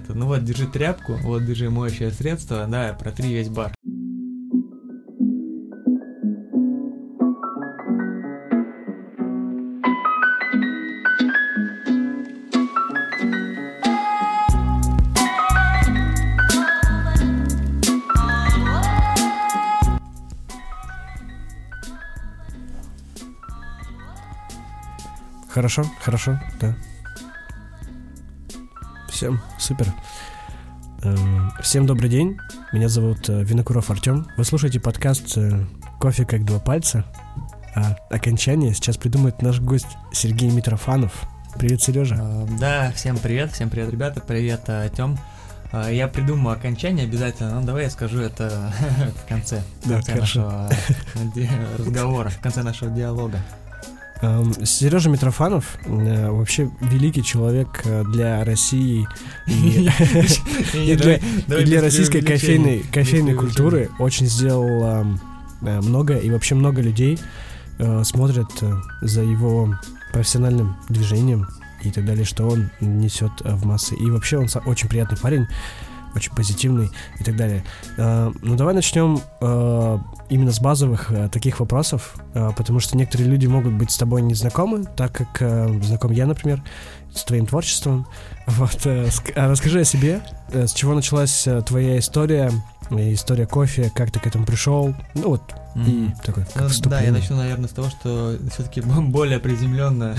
ну вот, держи тряпку, вот, держи моющее средство, да, протри весь бар. Хорошо, да. Всем супер. Всем добрый день. Меня зовут Винокуров Артем. Вы слушаете подкаст «Кофе как два пальца». А окончание сейчас придумает наш гость Сергей Митрофанов. Привет, Сережа. Да, всем привет, ребята. Привет, Тём. Я придумаю окончание обязательно, но давай я скажу это в конце нашего разговора, в конце нашего диалога. Сережа Митрофанов вообще великий человек для России и для российской кофейной культуры. Очень сделал много, и вообще много людей смотрят за его профессиональным движением и так далее, что он несет в массы. И вообще он очень приятный парень, очень позитивный и так далее. Ну давай начнем именно с базовых таких вопросов, потому что некоторые люди могут быть с тобой не знакомы, так как знаком я, например, с твоим творчеством. Вот, расскажи о себе, с чего началась твоя история кофе, как ты к этому пришел, ну вот, и такой, как вступление. Да, я начну, наверное, с того, что все-таки более приземленно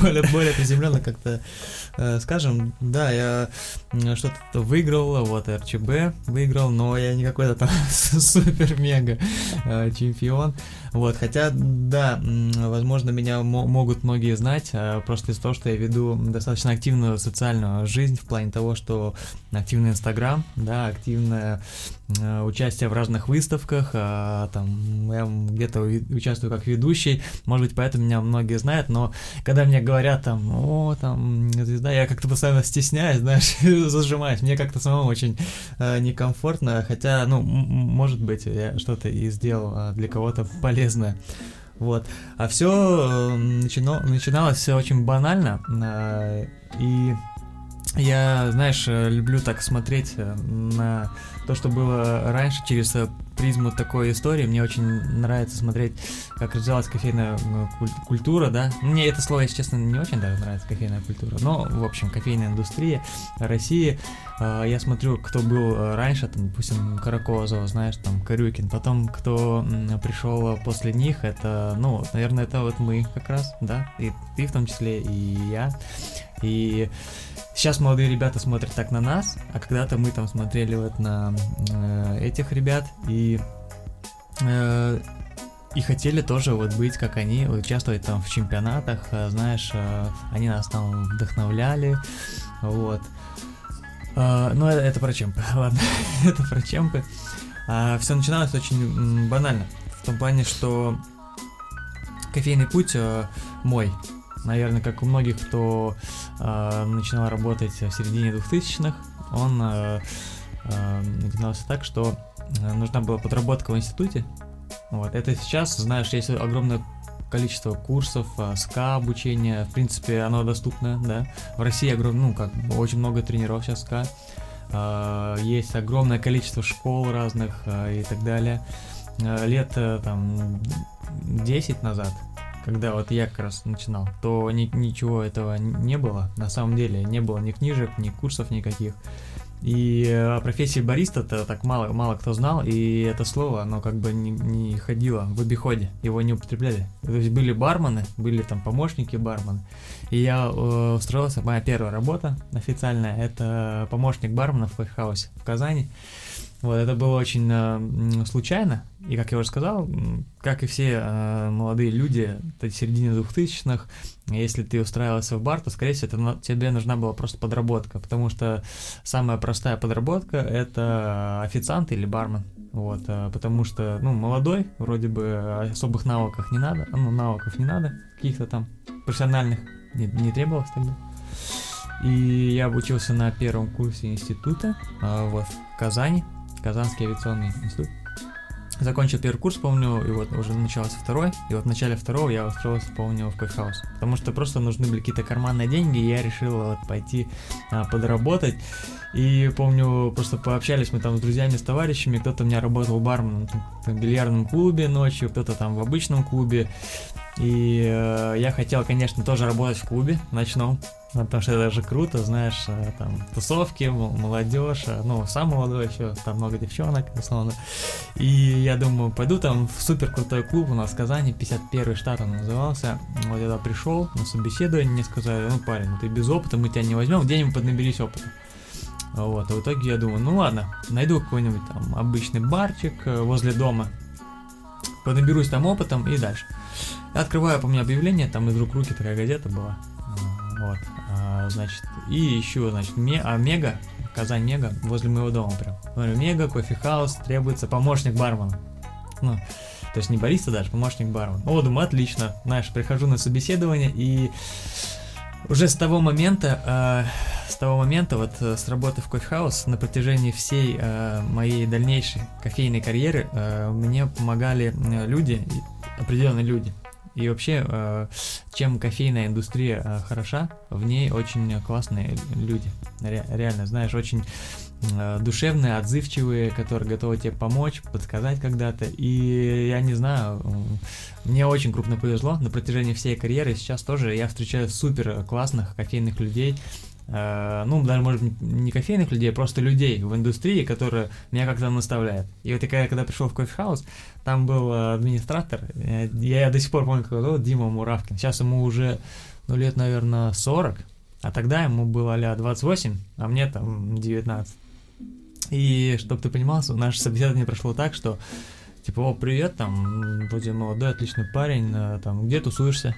как-то скажем, да, я что-то выиграл, вот, РЧБ выиграл, но я не какой-то там супер-мега чемпион, вот, хотя, да, возможно, меня могут многие знать просто из-за того, что я веду достаточно активную социальную жизнь в плане того, что активный Инстаграм, да, активное участие в разных выставках, там, я где-то участвую как ведущий, может быть, поэтому меня многие знают, но когда мне говорят там, там, звезда, я как-то постоянно стесняюсь, знаешь, зажимаюсь, мне как-то самому очень некомфортно, хотя, ну, может быть, я что-то и сделал для кого-то полезное. Вот. А все начиналось все очень банально, и я, знаешь, люблю так смотреть на то, что было раньше, через призму такой истории. Мне очень нравится смотреть, как развивалась кофейная культура, да. Мне это слово, если честно, не очень даже нравится, кофейная культура, но, в общем, кофейная индустрия России. Я смотрю, кто был раньше, там, допустим, Каракозов, знаешь, там, Корюкин, потом, кто пришел после них, это, ну, наверное, это вот мы как раз, да, и ты в том числе, и я, и сейчас молодые ребята смотрят так на нас, а когда-то мы там смотрели вот на этих ребят и хотели тоже вот быть как они, участвовать там в чемпионатах, знаешь, они нас там вдохновляли, вот. Ну, это про чемпы, ладно, это про чемпы. Все начиналось очень банально, в том плане, что кофейный путь мой, наверное, как у многих, кто начинал работать в середине 2000-х, он начинался так, что нужна была подработка в институте. Вот. Это сейчас, знаешь, есть огромное количество курсов, СКА обучения, в принципе, оно доступно, да. В России очень много тренеров сейчас СКА, есть огромное количество школ разных и так далее. Лет там 10 назад, когда вот я как раз начинал, то ничего этого не было, на самом деле, не было ни книжек, ни курсов никаких. И о профессии бариста-то так мало кто знал, и это слово, оно как бы не ходило в обиходе, его не употребляли. То есть были бармены, были там помощники бармена, и я устроился, моя первая работа официальная, это помощник бармена в кофе-хаусе в Казани. Вот, это было очень случайно, и, как я уже сказал, как и все молодые люди в середине 2000-х, если ты устраивался в бар, то, скорее всего, тебе нужна была просто подработка, потому что самая простая подработка – это официант или бармен, вот, потому что, молодой, вроде бы особых навыков не надо, каких-то там профессиональных не требовалось тогда. И я обучился на первом курсе института, в Казани, Казанский авиационный институт. закончил первый курс, помню, и вот уже начался второй, и вот в начале второго я устроился, помню, в кофе-хаус, потому что просто нужны были какие-то карманные деньги, и я решил вот пойти подработать, и помню, просто пообщались мы там с друзьями, с товарищами, кто-то у меня работал барменом в бильярдном клубе ночью, кто-то там в обычном клубе, и я хотел, конечно, тоже работать в клубе ночном, потому что это же круто, знаешь, там тусовки, молодежь, ну, сам молодой еще, там много девчонок, условно. И я думаю, пойду там в супер крутой клуб у нас в Казани, 51-й штат он назывался. Вот я туда пришел на собеседование, мне сказали, ну, парень, ты без опыта, мы тебя не возьмем, где-нибудь поднаберись опыта. Вот, и в итоге я думаю, ну ладно, найду какой-нибудь там обычный барчик возле дома, поднаберусь там опытом и дальше. Я открываю, по мне объявление, там из рук в руки такая газета была. Вот, значит, и ищу, значит, Мега, Казань Мега, возле моего дома прям. Говорю, Мега, кофе-хаус, требуется помощник бармена. Ну, то есть не бариста даже, помощник бармена. О, думаю, отлично, знаешь, прихожу на собеседование, и уже с того момента, вот с работы в кофе-хаус, на протяжении всей моей дальнейшей кофейной карьеры мне помогали люди, определенные люди. И вообще, чем кофейная индустрия хороша, в ней очень классные люди. Реально, знаешь, очень душевные, отзывчивые, которые готовы тебе помочь, подсказать когда-то. И я не знаю, мне очень крупно повезло на протяжении всей карьеры. Сейчас тоже я встречаю супер классных кофейных людей. Ну, даже, может быть, не кофейных людей, а просто людей в индустрии, которые меня как-то наставляют. И вот я когда пришел в кофе-хаус, там был администратор, я до сих пор помню, как его зовут, Дима Муравкин. Сейчас ему уже, ну, лет, наверное, 40, а тогда ему было а-ля 28, а мне там 19. И, чтобы ты понимал, наше собеседование прошло так, что, типа, о, привет, там, вроде молодой, отличный парень, там, где тусуешься?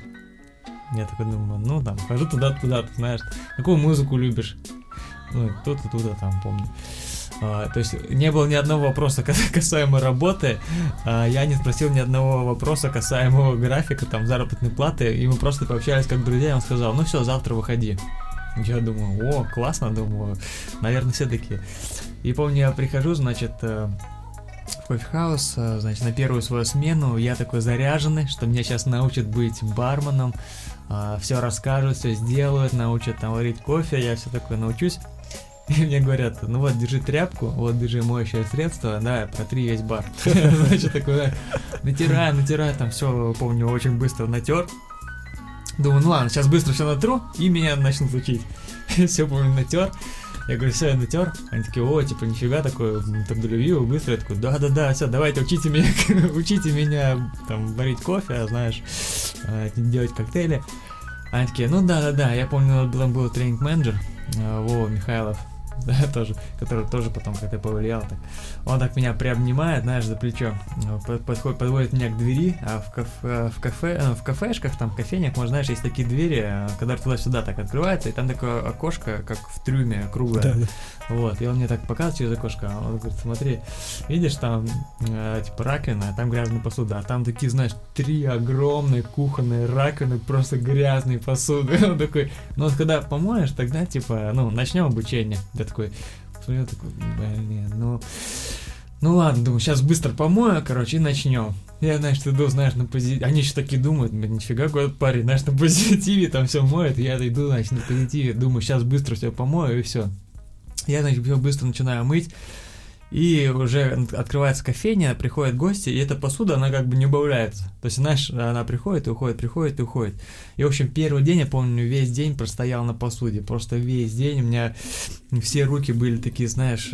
Я такой думаю, ну там, хожу туда-туда, ты знаешь, какую музыку любишь? Ну, тут и туда, там, помню. То есть не было ни одного вопроса касаемо работы, я не спросил ни одного вопроса касаемо графика, там, заработной платы, и мы просто пообщались как друзья, и он сказал, ну все, завтра выходи. Я думаю, о, классно, думаю, наверное, все такие. И помню, я прихожу, значит, в кофе-хаус, значит, на первую свою смену, я такой заряженный, что меня сейчас научат быть барменом, все расскажут, все сделают, научат там варить кофе, я все такое научусь. И мне говорят, ну вот, держи тряпку, вот, держи моющее средство, да, протри весь бар. Значит, такой, натираю, там все, помню, очень быстро натер. Думаю, ну ладно, сейчас быстро все натру, и меня начнут учить. Все, помню, натер. Я говорю, все, я натер. Они такие, о, типа, нифига, такой, трудолюбивый, быстро. Я такой, да, все, давайте, учите меня, там, варить кофе, знаешь, делать коктейли. Они такие, ну да, я помню, там был тренинг-менеджер, Вова Михайлов, да, тоже, который тоже потом как-то повлиял, так. Он так меня приобнимает, знаешь, за плечо, подводит меня к двери, а в кафешках, там, в кофейнях, может, знаешь, есть такие двери, когда туда-сюда так открывается, и там такое окошко, как в трюме, круглое, да. Вот, и он мне так показывает через окошко, он говорит, смотри, видишь, там, типа, раковина, там грязная посуда, а там такие, знаешь, 3 огромные кухонные раковины, просто грязные посуды, он такой, ну, вот когда помоешь, тогда, типа, ну, начнем обучение. Я такой, блин, ну ладно, думаю, сейчас быстро помою, короче, и начнем. Я, знаешь, знаешь, на позитиве, они еще такие думают, нифига, какой парень, знаешь, на позитиве там все моет, я иду, значит, на позитиве, думаю, сейчас быстро все помою, и все. Я, значит, все быстро начинаю мыть, и уже открывается кофейня, приходят гости, и эта посуда, она как бы не убавляется. То есть, знаешь, она приходит и уходит, приходит и уходит. И, в общем, первый день, я помню, весь день простоял на посуде. Просто весь день у меня все руки были такие, знаешь,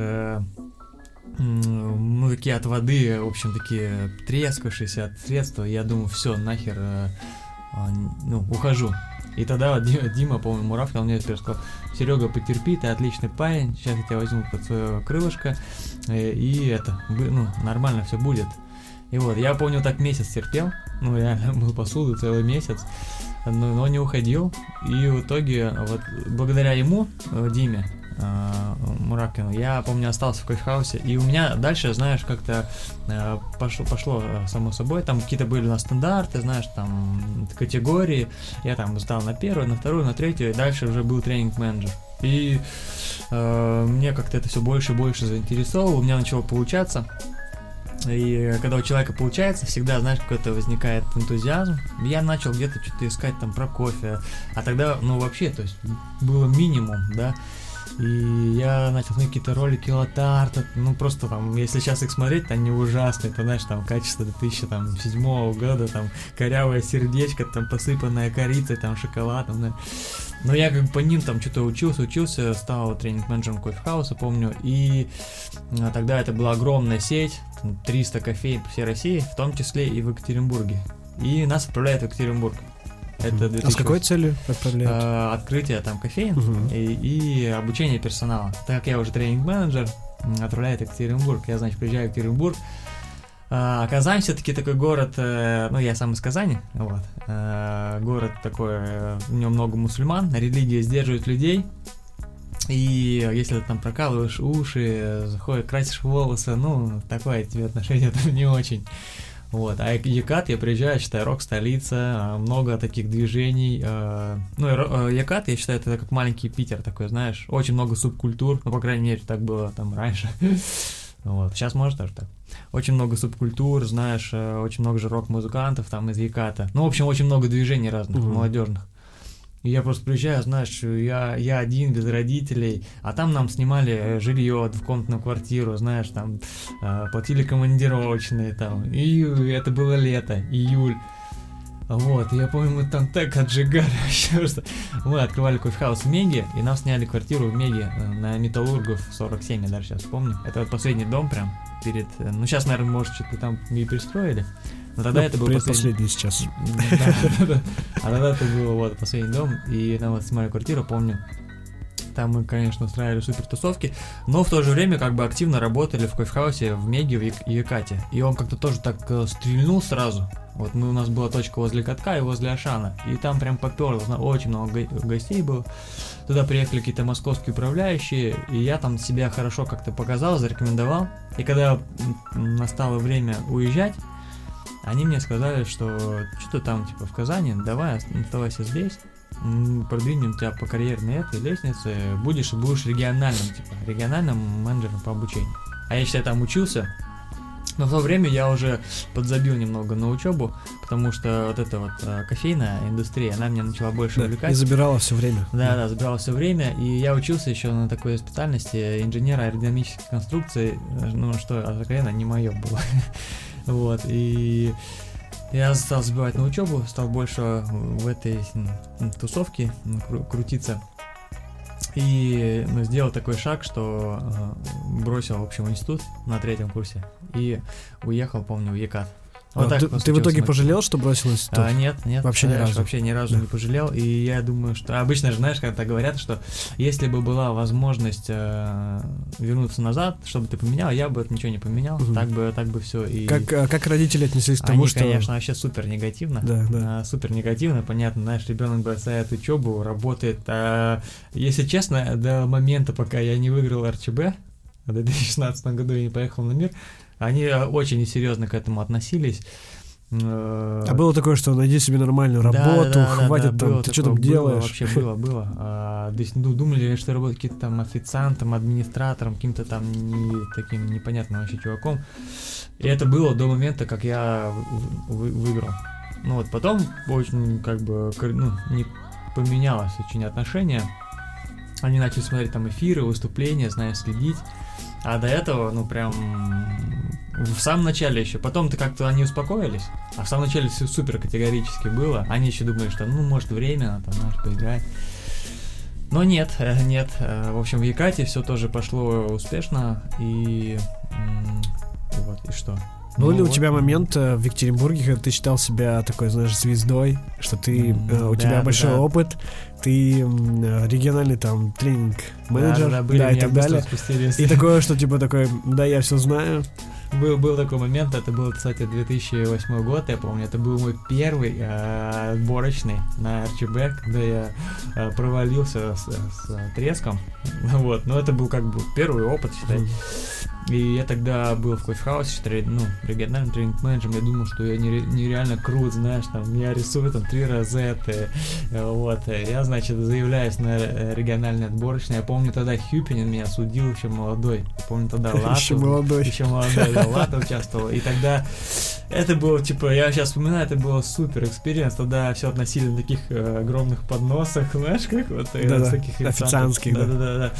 ну, такие от воды, в общем, такие трескавшиеся от средства. Я думаю, все, нахер, ну, ухожу. И тогда вот Дима, по-моему, Муравкин, он мне сказал, Серега, потерпи, ты отличный парень, сейчас я тебя возьму под свое крылышко, и это, ну, нормально все будет. И вот, я помню, так месяц терпел, ну, реально, мыл посуду целый месяц, но не уходил, и в итоге, вот, благодаря ему, Диме Муравкину, я, помню, остался в кофе-хаусе, и у меня дальше, знаешь, как-то пошло само собой, там какие-то были у нас стандарты, знаешь, там категории, я там сдал на первую, на вторую, на третью, и дальше уже был тренинг-менеджер. И мне как-то это все больше и больше заинтересовало, у меня начало получаться. И когда у человека получается, всегда, знаешь, какой-то возникает энтузиазм. Я начал где-то что-то искать там про кофе, а тогда, ну, вообще, то есть, было минимум, да. И я начал смотреть какие-то ролики Латарта, ну просто там, если сейчас их смотреть, то они ужасные, ты знаешь, там качество 2007 года, там корявое сердечко, там посыпанное корицей, там шоколадом, да. Но я как бы по ним там что-то учился, стал тренинг-менеджером кофе-хауса, помню, и тогда это была огромная сеть, 300 кофеин по всей России, в том числе и в Екатеринбурге, и нас отправляют в Екатеринбург. Это 2008. А с какой целью отправляют? Открытие там кофеин и обучение персонала. Так как я уже тренинг-менеджер, отправляет в Екатеринбург. Я, значит, приезжаю в Екатеринбург. Казань все-таки такой город, ну, я сам из Казани, вот. Город такой, в нем много мусульман, религия сдерживает людей. И если ты там прокалываешь уши, красишь волосы, ну, такое тебе отношение там не очень. Вот, а Екат, я приезжаю, считаю, рок-столица, много таких движений, ну, Екат, я считаю, это как маленький Питер такой, знаешь, очень много субкультур, ну, по крайней мере, так было там раньше, вот, сейчас может тоже так, очень много субкультур, знаешь, очень много же рок-музыкантов там из Еката, ну, в общем, очень много движений разных, молодежных. И я просто приезжаю, знаешь, я один, без родителей, а там нам снимали жилье, двухкомнатную квартиру, знаешь, там платили командировочные там, и это было лето, июль. Вот, я помню, мы там так отжигали вообще, что мы открывали кофе-хаус в Меге, и нам сняли квартиру в Меге на Металлургов 47, я даже сейчас помню. Это вот последний дом прям перед, ну сейчас, наверное, может, что-то там и перестроили. Но тогда это был последний сейчас. Да. А тогда это был вот последний дом, и нам вот снимали квартиру, помню. Там мы, конечно, устраивали супер тусовки, но в то же время как бы активно работали в кофе-хаусе в Меге и Екате. И он как-то тоже так стрельнул сразу. Вот у нас была точка возле катка и возле Ашана, и там прям поперло, очень много гостей было. Туда приехали какие-то московские управляющие, и я там себя хорошо как-то показал, зарекомендовал. И когда настало время уезжать, они мне сказали, что что-то там типа в Казани, давай оставайся здесь, продвинем тебя по карьерной этой лестнице, будешь региональным менеджером по обучению. А я, считай, там учился, но в то время я уже подзабил немного на учебу, потому что вот эта вот кофейная индустрия, она меня начала больше увлекать. И забирала все время. Да, забирала все время, и я учился еще на такой специальности инженера аэродинамической конструкции, ну что, откровенно, не мое было. Вот, и я стал забивать на учебу, стал больше в этой тусовке крутиться. И сделал такой шаг, что бросил, в общем, институт на 3-м курсе и уехал, помню, в Екат. Вот ты в итоге пожалел, что бросил институт? Нет. Вообще ни разу не пожалел. И я думаю, что обычно же, знаешь, когда говорят, что если бы была возможность вернуться назад, чтобы ты поменял, я бы ничего не поменял. Так бы все. И как родители отнеслись к тому, что... Они, конечно, вообще супер негативно. Да. Супер негативно, понятно, знаешь, ребенок бросает учебу, работает. Если честно, до момента, пока я не выиграл РЧБ, в 2016 году я не поехал на мир, они очень несерьезно к этому относились. А было такое, что найди себе нормальную работу, хватит там, ты что там делаешь? Вообще было. То есть, думали, что работать каким-то там официантом, администратором, каким-то там таким непонятным вообще чуваком. И это было до момента, как я выиграл. Ну вот, потом очень как бы, не поменялось очень отношение. Они начали смотреть там эфиры, выступления, знаешь, следить. А до этого, прям в самом начале еще. Потом-то как-то они успокоились, а в самом начале все супер категорически было. Они еще думали, что, может, временно, там, знаешь, поиграть. Но нет. В общем, в Екате все тоже пошло успешно, и вот, и что? Был ли у тебя момент в Екатеринбурге, когда ты считал себя такой, знаешь, звездой, что ты, у тебя большой опыт, ты региональный там тренинг-менеджер, и так далее. И такое, что типа такой, да, я все знаю. Был такой момент, это был, кстати, 2008 год, я помню, это был мой первый отборочный на РЧБ, когда я провалился с треском, вот, но это был как бы первый опыт, считай. И я тогда был в кофе-хаусе, региональным тренинг-менеджером, я думал, что я нереально крут, знаешь, там, я рисую там 3 розеты, вот, я, значит, заявляюсь на региональный отборочный, я помню, тогда Хюпинин меня судил еще молодой, я помню, тогда Лата, еще молодой, да, Лата участвовал, и тогда это было, типа, я сейчас вспоминаю, это было супер экспириенс, тогда все относили на таких огромных подносах, знаешь, как вот, с таких официантских, да.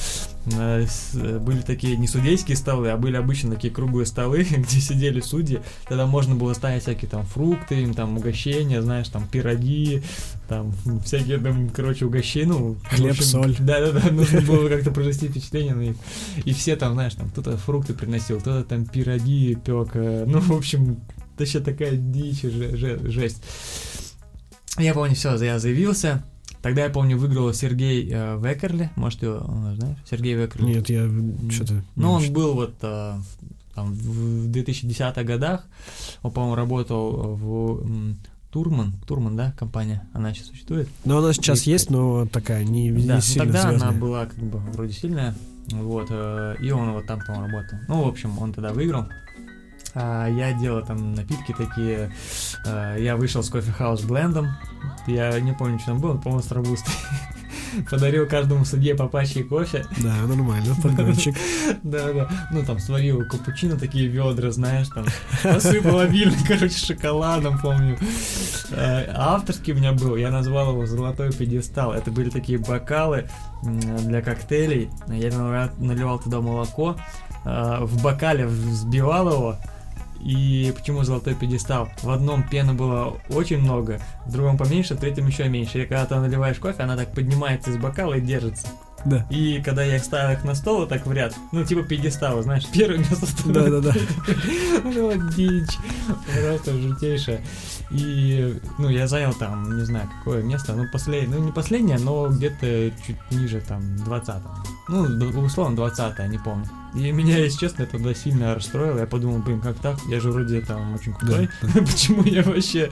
Были такие не судейские столы, а были обычно такие круглые столы, где сидели судьи. Тогда можно было ставить всякие там фрукты, им там угощения, знаешь, там пироги, там всякие там, короче, угощения, ну, хлеб, соль. Да, нужно было как-то произвести впечатление на них. И все там, знаешь, там кто-то фрукты приносил, кто-то там пироги пек, ну, в общем, вообще такая дичь, жесть. Я помню, все, я заявился. Тогда, я помню, выиграл Сергей Векерли, может, его знаешь? Сергей Векерли. Нет, я что-то... Ну, он был вот там в 2010-х годах, он, по-моему, работал в Турман, да, компания, она сейчас существует. Но она сейчас есть, но такая не да, сильно тогда звездная. Она была как бы вроде сильная, вот, и он вот там, по-моему, работал. Ну, в общем, он тогда выиграл. Я делал там напитки такие, я вышел с кофе-хаус блендом, я не помню, что там было, по-моему, с робустой. Подарил каждому судье по пачке кофе. Да, нормально, подгончик. Да, ну там сварил капучино, такие ведра, знаешь, там посыпал обильно, короче, шоколадом, помню. Авторский у меня был, я назвал его «Золотой пьедестал». Это были такие бокалы для коктейлей, я наливал туда молоко, в бокале взбивал его. И почему «Золотой пьедестал»? В одном пены было очень много, в другом поменьше, в третьем еще меньше. И когда ты наливаешь кофе, она так поднимается из бокала и держится. Да. И когда я их ставил их на стол, вот так в ряд, ну типа пьедестала, знаешь, первое место ставил. Да. Ну дичь, просто жутейшая. И, ну, я занял там, не знаю, какое место, ну не последнее, но где-то чуть ниже, там, 20-е. Ну, условно, 20-е, не помню. И меня, если честно, это тогда сильно расстроило. Я подумал, блин, как так? Я же вроде там очень крутой. Да. Почему я вообще,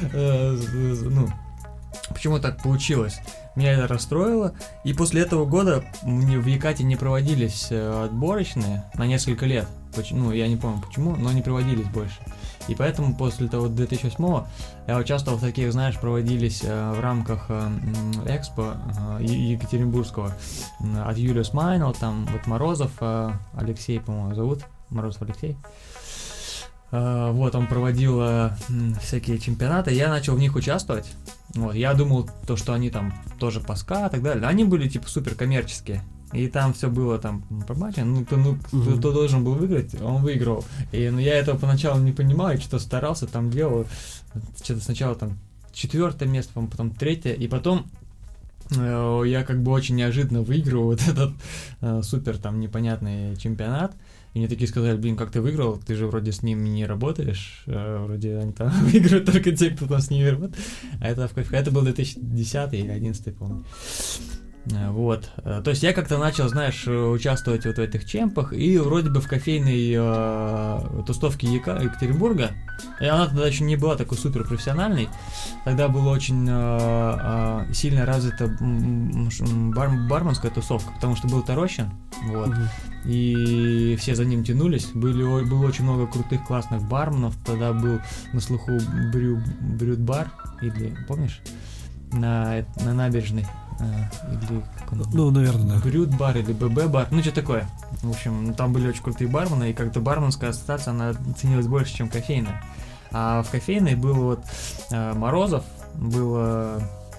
почему так получилось? Меня это расстроило. И после этого года в Екате не проводились отборочные на несколько лет. Ну, я не помню почему, но не проводились больше. И поэтому после того 2008-го я участвовал в таких, знаешь, проводились в рамках Экспо Екатеринбургского от Юлиус Майнл, там вот Морозов Алексей, по-моему, зовут, Морозов Алексей. Вот, он проводил всякие чемпионаты, я начал в них участвовать. Вот, я думал, что они там тоже паска и так далее. Они были типа супер коммерческие. И там все было там по матчам, кто должен был выиграть, он выиграл. И я этого поначалу не понимал, я что-то старался, там делал, что-то сначала там 4-е место, потом 3-е, и потом я как бы очень неожиданно выиграл вот этот супер там непонятный чемпионат. И мне такие сказали, блин, как ты выиграл, ты же вроде с ними не работаешь, вроде они там выигрывают только те, кто там с ними работает. А это был 2010 или 2011, помню. Вот, то есть я как-то начал, знаешь, участвовать вот в этих чемпах, и вроде бы в кофейной тусовке Екатеринбурга, и она тогда еще не была такой супер профессиональной, тогда была очень сильно развита барменская тусовка, потому что был Тарощин, вот, и все за ним тянулись, было очень много крутых, классных барменов, тогда был на слуху Брют-бар, или, помнишь, на набережной. Или как он? Ну, наверное, да. Брют-бар или ББ-бар, ну, что такое. В общем, там были очень крутые бармены, и как-то барменская ассоциация, она ценилась больше, чем кофейная. А в кофейной был вот Морозов, был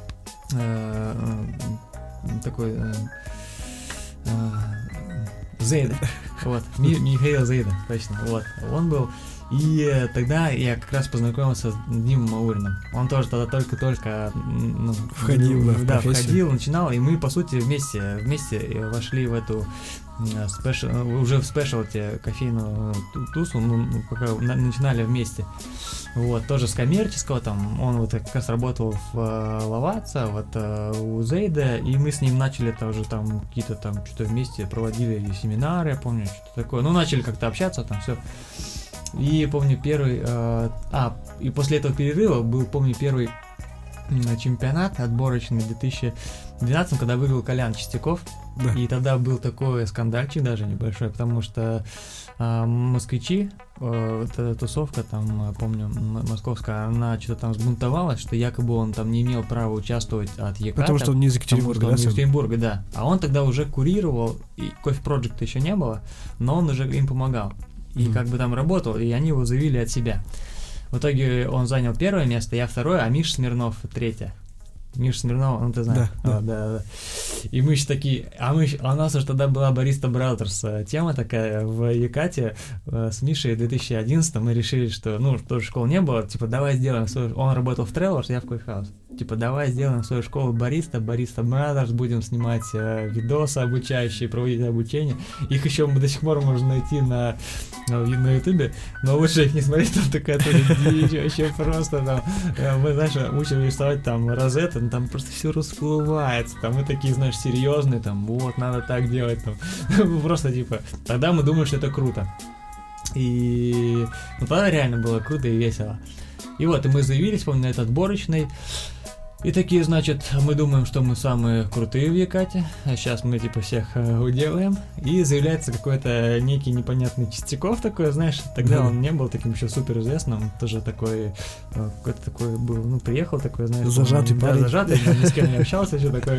такой Зейда, вот, Михаил Зейда, точно, вот, он был. И тогда я как раз познакомился с Димой Мауриным. Он тоже тогда только-только входил, начинал, и мы, по сути, вместе вошли в эту уже в спешалти кофейную тусу, пока начинали вместе. Вот, тоже с коммерческого, там, он вот как раз работал в Лаваца, вот у Зейда, и мы с ним начали тоже там какие-то там что-то вместе проводили семинары, я помню, что-то такое. Ну, начали как-то общаться, там все. И помню первый, и после этого перерыва был, помню, первый чемпионат отборочный в 12-м, когда выиграл Колян Чистяков, Да. и тогда был такой скандальчик даже небольшой, потому что москвичи, эта тусовка там, помню, московская, она что-то там сбунтовалась, что якобы он там не имел права участвовать от ЕКА. Потому что он не из Екатеринбурга, да? Он из Екатеринбурга, да. А он тогда уже курировал, и Coffee Project еще не было, но он уже им помогал. И как бы там работал, и они его заявили от себя. В итоге он занял первое место, я второе, а Миша Смирнов третье. Миша Смирнов, ну ты знаешь. Да. И мы еще такие, у нас уже тогда была Barista Brothers тема такая в Екате с Мишей в 2011 мы решили, что, тоже школы не было, типа, давай сделаем свою, он работал в Travelers, я в Coffee House, типа, давай сделаем свою школу Barista Brothers, будем снимать видосы обучающие, проводить обучение, их еще до сих пор можно найти на Ютубе, но лучше их не смотреть, там такая дичь, вообще просто там, мы, знаешь, учим рисовать там розеты, там просто все расплывается, там мы такие, знаешь, серьезные, там, вот, надо так делать, там, просто, типа, тогда мы думали, что это круто, и, тогда реально было круто и весело, и вот, и мы заявились, помню, на этот отборочный, и такие, значит, мы думаем, что мы самые крутые в Екате, а сейчас мы, типа, всех уделаем, и заявляется какой-то некий непонятный Чистяков такой, знаешь, тогда он не был таким еще супер известным, тоже такой, какой-то такой был, приехал такой, знаешь, зажатый парень. Да, зажатый, ни с кем не общался, еще такой,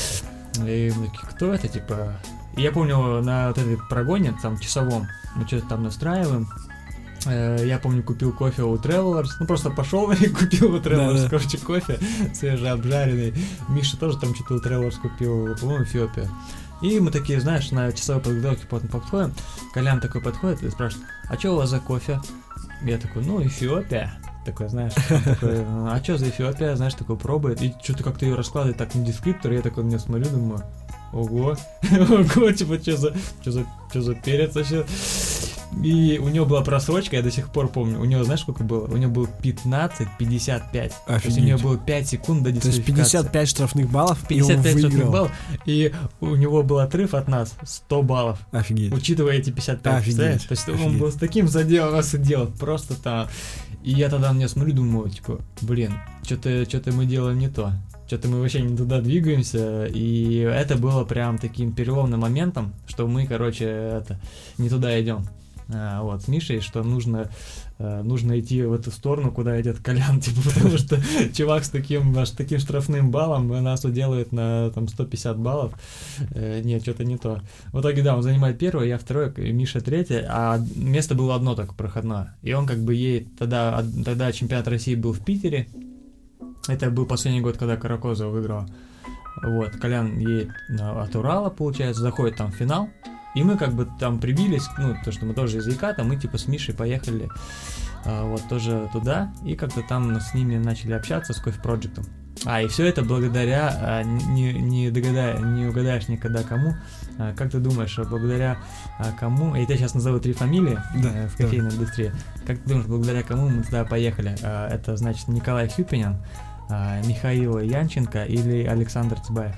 и мы такие, кто это, типа, и я помню, на вот этой прогоне, там, часовом, мы что-то там настраиваем, я помню, купил кофе у Travelers, просто пошел и купил у Travelers, короче, кофе свежеобжаренный. Миша тоже там что-то у Travelers купил, по-моему, Эфиопия. И мы такие, знаешь, на часовой подготовке потом подходим, Колян такой подходит и спрашивает, а что у вас за кофе? Я такой, Эфиопия. Такой, знаешь, такой, а что за Эфиопия, знаешь, такой пробует, и что-то как-то ее раскладывает так на дескриптор, я такой на нее смотрю, думаю, ого, типа, что за перец вообще? И у него была просрочка, я до сих пор помню. У него, знаешь, сколько было? У него было 15-55. То есть у него было 5 секунд до дисквалификации. То есть 55 штрафных баллов, 55 штрафных баллов. И у него был отрыв от нас 100 баллов. Офигеть. Учитывая эти 55, представляешь? То есть он был с таким заделом нас и делал. Просто там. И я тогда на него смотрю, думаю, типа, блин, что-то мы делаем не то. Что-то мы вообще не туда двигаемся, и это было прям таким переломным моментом, что мы, короче, не туда идем. Вот, с Мишей, что нужно идти в эту сторону, куда идет Колян, типа, потому что чувак с таким штрафным баллом нас уделывает на там 150 баллов. Нет, что-то не то. В итоге, да, он занимает первое, я второе, Миша третье, а место было одно только проходное. И он как бы едет, тогда чемпионат России был в Питере. Это был последний год, когда Каракозова выиграла. Вот, Колян едет от Урала, получается, заходит там в финал. И мы как бы там прибились, то, что мы тоже из Еката, мы типа с Мишей поехали вот тоже туда, и как-то там с ними начали общаться, с Coffee Project. И все это благодаря, не угадаешь никогда кому, как ты думаешь, благодаря кому, я тебя сейчас назову 3 фамилии в кофейной индустрии, как ты думаешь, благодаря кому мы туда поехали? Это, значит, Николай Хюпинин, Михаил Янченко или Александр Цыбаев?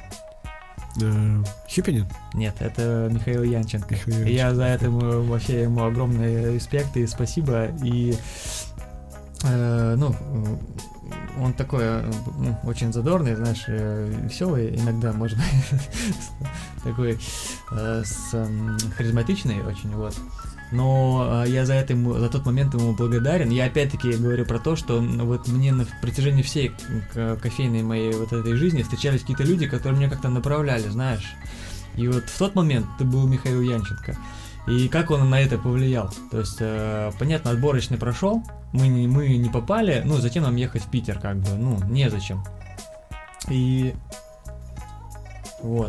Хюпинин? Нет, это Михаил Янченко. И я за это вообще ему огромный респект и спасибо. И он такой очень задорный, знаешь, веселый, иногда, может быть, такой харизматичный очень, вот. Но я за тот момент ему благодарен. Я опять-таки говорю про то, что вот мне на протяжении всей кофейной моей вот этой жизни встречались какие-то люди, которые меня как-то направляли, знаешь. И вот в тот момент ты был Михаил Янченко. И как он на это повлиял? То есть, понятно, отборочный прошел, мы не попали, зачем нам ехать в Питер, как бы, незачем. И вот.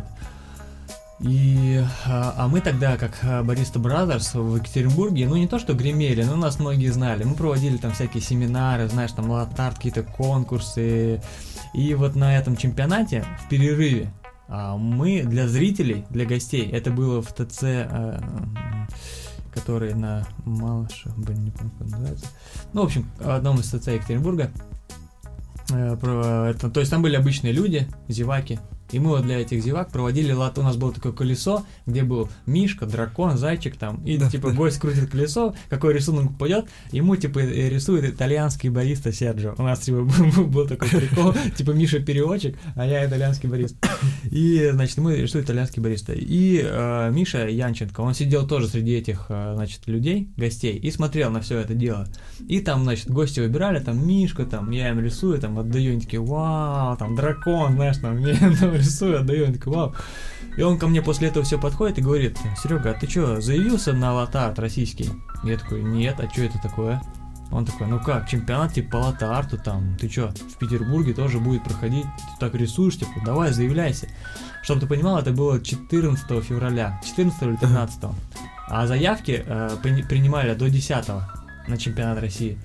А мы тогда, как Barista Brothers в Екатеринбурге, не то что гремели, но нас многие знали. Мы проводили там всякие семинары, знаешь, там латарт, какие-то конкурсы. И вот на этом чемпионате, в перерыве, мы для зрителей, для гостей, это было в ТЦ, который на Малышево, не помню, как называется. В общем, в одном из ТЦ Екатеринбурга. То есть там были обычные люди, зеваки. И мы вот для этих зевак проводили лото. У нас было такое колесо, где был мишка, дракон, зайчик там. И типа гость крутит колесо, какой рисунок попадет, ему типа рисует итальянский бариста Серджио. У нас типа был такой прикол, типа Миша переводчик, а я итальянский бариста. И, значит, мы рисуем итальянский бариста. И Миша Янченко, он сидел тоже среди этих, значит, людей, гостей, и смотрел на все это дело. И там, значит, гости выбирали, там, Мишка, там, я им рисую, там, отдаю, они такие, вау, там, дракон, знаешь, там, я там рисую, отдаю, они такие, вау. И он ко мне после этого все подходит и говорит: Серега, а ты что, заявился на лото-арт российский? Я такой: нет, а что это такое? Он такой: ну как, чемпионат типа по лото-арту там, ты чё, в Петербурге тоже будет проходить, ты так рисуешь, типа, давай, заявляйся. Чтобы ты понимал, это было 14 февраля, 14 или 13, а заявки принимали до 10 на чемпионат России.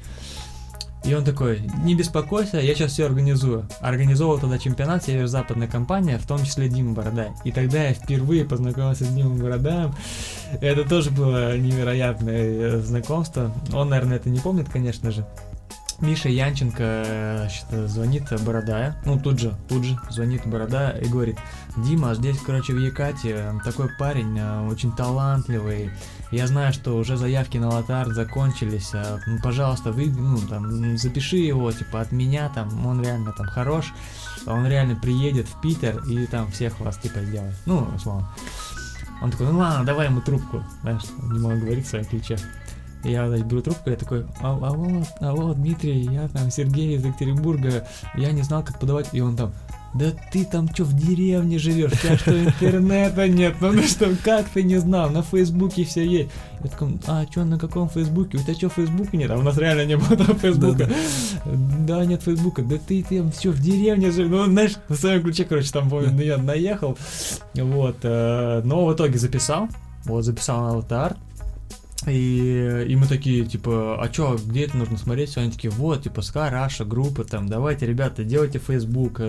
И он такой: не беспокойся, я сейчас все организую. Организовал тогда чемпионат северо-западная компания, в том числе Дима Бородай. И тогда я впервые познакомился с Димой Бородаем. Это тоже было невероятное знакомство. Он, наверное, это не помнит, конечно же. Миша Янченко звонит Бородая, ну тут же звонит Бородая и говорит: Дима, здесь, короче, в Екате такой парень, очень талантливый, я знаю, что уже заявки на лото-арт закончились, пожалуйста, запиши его, типа, от меня, там, он реально там хорош, он реально приедет в Питер и там всех вас, типа, сделает, ну, условно. Он такой: ну ладно, давай ему трубку, знаешь, не могу говорить в своем ключе. Я, значит, беру трубку, я такой: алло, Дмитрий, я там Сергей из Екатеринбурга, я не знал, как подавать. И он там: да ты там что, в деревне живешь, у тебя что, интернета нет, ну что, как ты не знал, на Фейсбуке все есть. Я такой: а что, на каком Фейсбуке, у тебя что, Фейсбука нет? А у нас реально не было там Фейсбука. Да, нет Фейсбука, да ты там что, в деревне живешь, ну, знаешь, на своем ключе, короче, там, помню, я наехал, вот, но в итоге записал на лото-арт. И мы такие, типа: а чё, где это нужно смотреть? Все, они такие: вот, типа, Ска Раша, группа, там, давайте, ребята, делайте Facebook,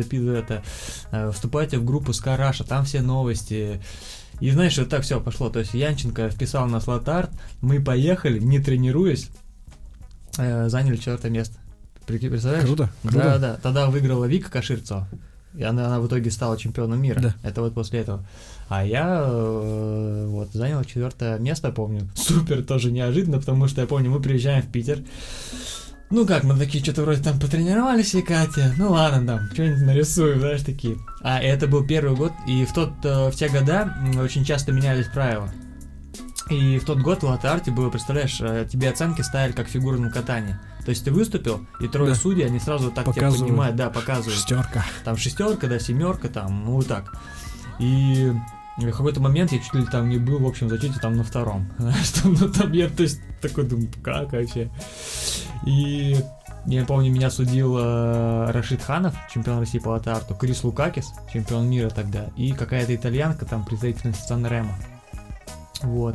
вступайте в группу Ска Раша, там все новости. И знаешь, вот так все пошло. То есть Янченко вписал нас в лото-арт, мы поехали, не тренируясь, заняли 4 место. Представляешь? Круто. Да. Тогда выиграла Вика Каширцева. И она в итоге стала чемпионом мира. Да. Это вот после этого. А я вот занял 4 место, помню. Супер тоже неожиданно, потому что я помню, мы приезжаем в Питер. Ну как, мы такие что-то вроде там потренировались в Екате. Ну ладно, там, что-нибудь нарисуем, знаешь, такие. А это был первый год, и в те года очень часто менялись правила. И в тот год в лото-арте было, представляешь, тебе оценки ставили как в фигурном катании. То есть ты выступил, и 3 судей, они сразу так тебя поднимают, да, показывают. 6. Там 6, да, 7, там, ну вот так. И в какой-то момент я чуть ли там не был в общем зачете там на 2. Знаешь, там я, то есть, такой думаю, как вообще. И я помню, меня судил Рашид Ханов, чемпион России по лото-арту, Крис Лукакис, чемпион мира тогда, и какая-то итальянка, там, представительница Сан-Ремо. Вот.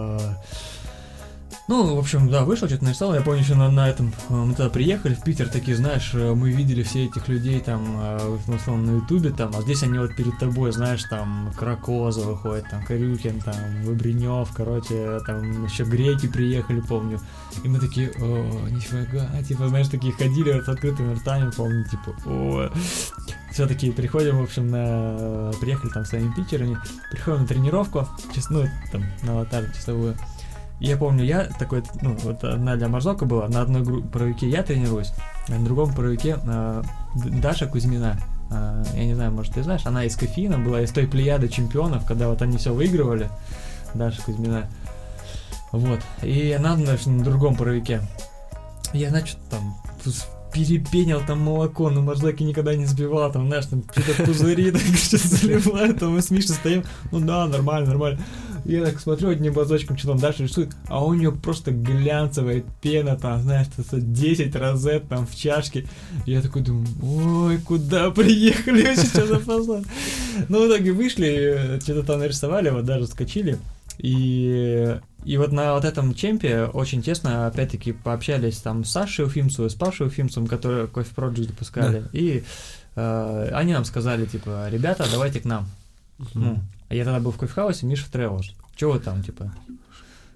Ну, в общем, да, вышел, что-то нарисовал. Я помню, еще на этом, мы тогда приехали в Питер, такие, знаешь, мы видели все этих людей там, в основном на Ютубе там, а здесь они вот перед тобой, знаешь, там, Кракоза выходит, там, Корюхин, там, Выбринев, короче, там, еще греки приехали, помню. И мы такие: о, нифига, типа, знаешь, такие ходили вот с открытыми ртами, помню, типа, о. Все-таки приходим, в общем, приехали там с своими питерами, приходим на тренировку, ну, там, на лото-арт часовую. И я помню, я такой, ну, вот одна для Марзока была, на одной паровике я тренируюсь, а на другом паровике Даша Кузьмина. Я не знаю, может, ты знаешь, она из Кофеина была, из той плеяды чемпионов, когда вот они все выигрывали, Даша Кузьмина. Вот, и она, значит, на другом паровике. Я, значит, там перепенил там молоко, но Марзоки никогда не сбивал, там, знаешь, там что-то пузыри, так что заливает, там мы с Мишей стоим, ну да, нормально. Я так смотрю одним глазочком, что там Даша рисует, а у нее просто глянцевая пена, там, знаешь, 10 розет там в чашке. И я такой думаю: ой, куда приехали, вообще что за фазон? Ну, в итоге вышли, что-то там нарисовали, вот даже скачили. И вот на вот этом чемпе очень тесно, опять-таки, пообщались там с Сашей Уфимцевой, с Пашей Уфимцевым, которые Coffee Project допускали. Да. И они нам сказали, типа: ребята, давайте к нам. Ну, а я тогда был в кофехаусе, Миша в Тревелс. Чего вы там, типа?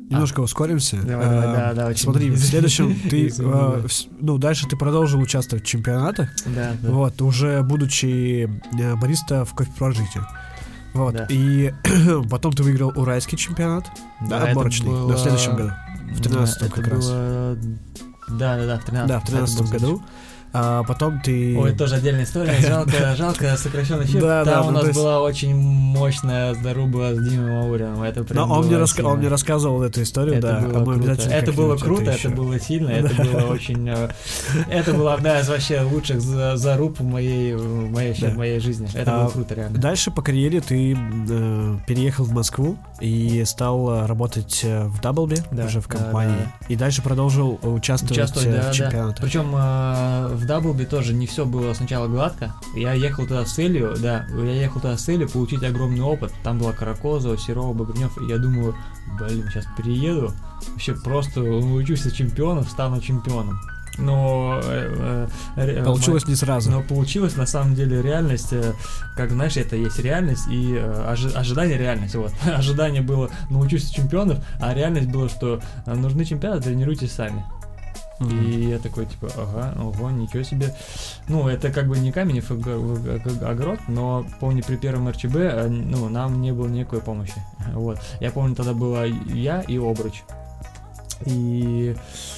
немножко ускоримся. Давай, да, очень. Смотри, в следующем ты, дальше ты продолжил участвовать в чемпионатах, да. Вот, уже будучи бариста в Coffee Project. Вот, да. И потом ты выиграл уральский чемпионат, да, отборочный, в следующем году, в 13-м как раз. Да, в 13-м. Да, в 13-м году. А потом ты... Ой, тоже отдельная история. Жалко сокращенный эфир. Там у нас была очень мощная заруба с Димой Мауриным. Это прям он мне рассказывал эту историю, да. Это было круто, это было сильно, это было очень... Это была одна из вообще лучших заруб в моей жизни. Это было круто, реально. Дальше по карьере ты переехал в Москву и стал работать в Даблби, уже в компании. И дальше продолжил участвовать в чемпионатах. Причем в Даблби тоже не все было сначала гладко. Я ехал туда с целью получить огромный опыт. Там была Каракозова, Серова, Багренев. И я думаю, сейчас приеду, вообще просто научусь чемпионов, стану чемпионом. Но получилось не сразу. Но получилось на самом деле реальность, как знаешь, это есть реальность и ожидание реальность. Вот. Ожидание было научусь чемпионов, а реальность было, что нужны чемпионаты, тренируйтесь сами. И я такой, типа, ого, ничего себе. Ну, это как бы не камень в огород, но помню, при первом РЧБ, нам не было никакой помощи. Вот. Я помню, тогда была я и Обруч. И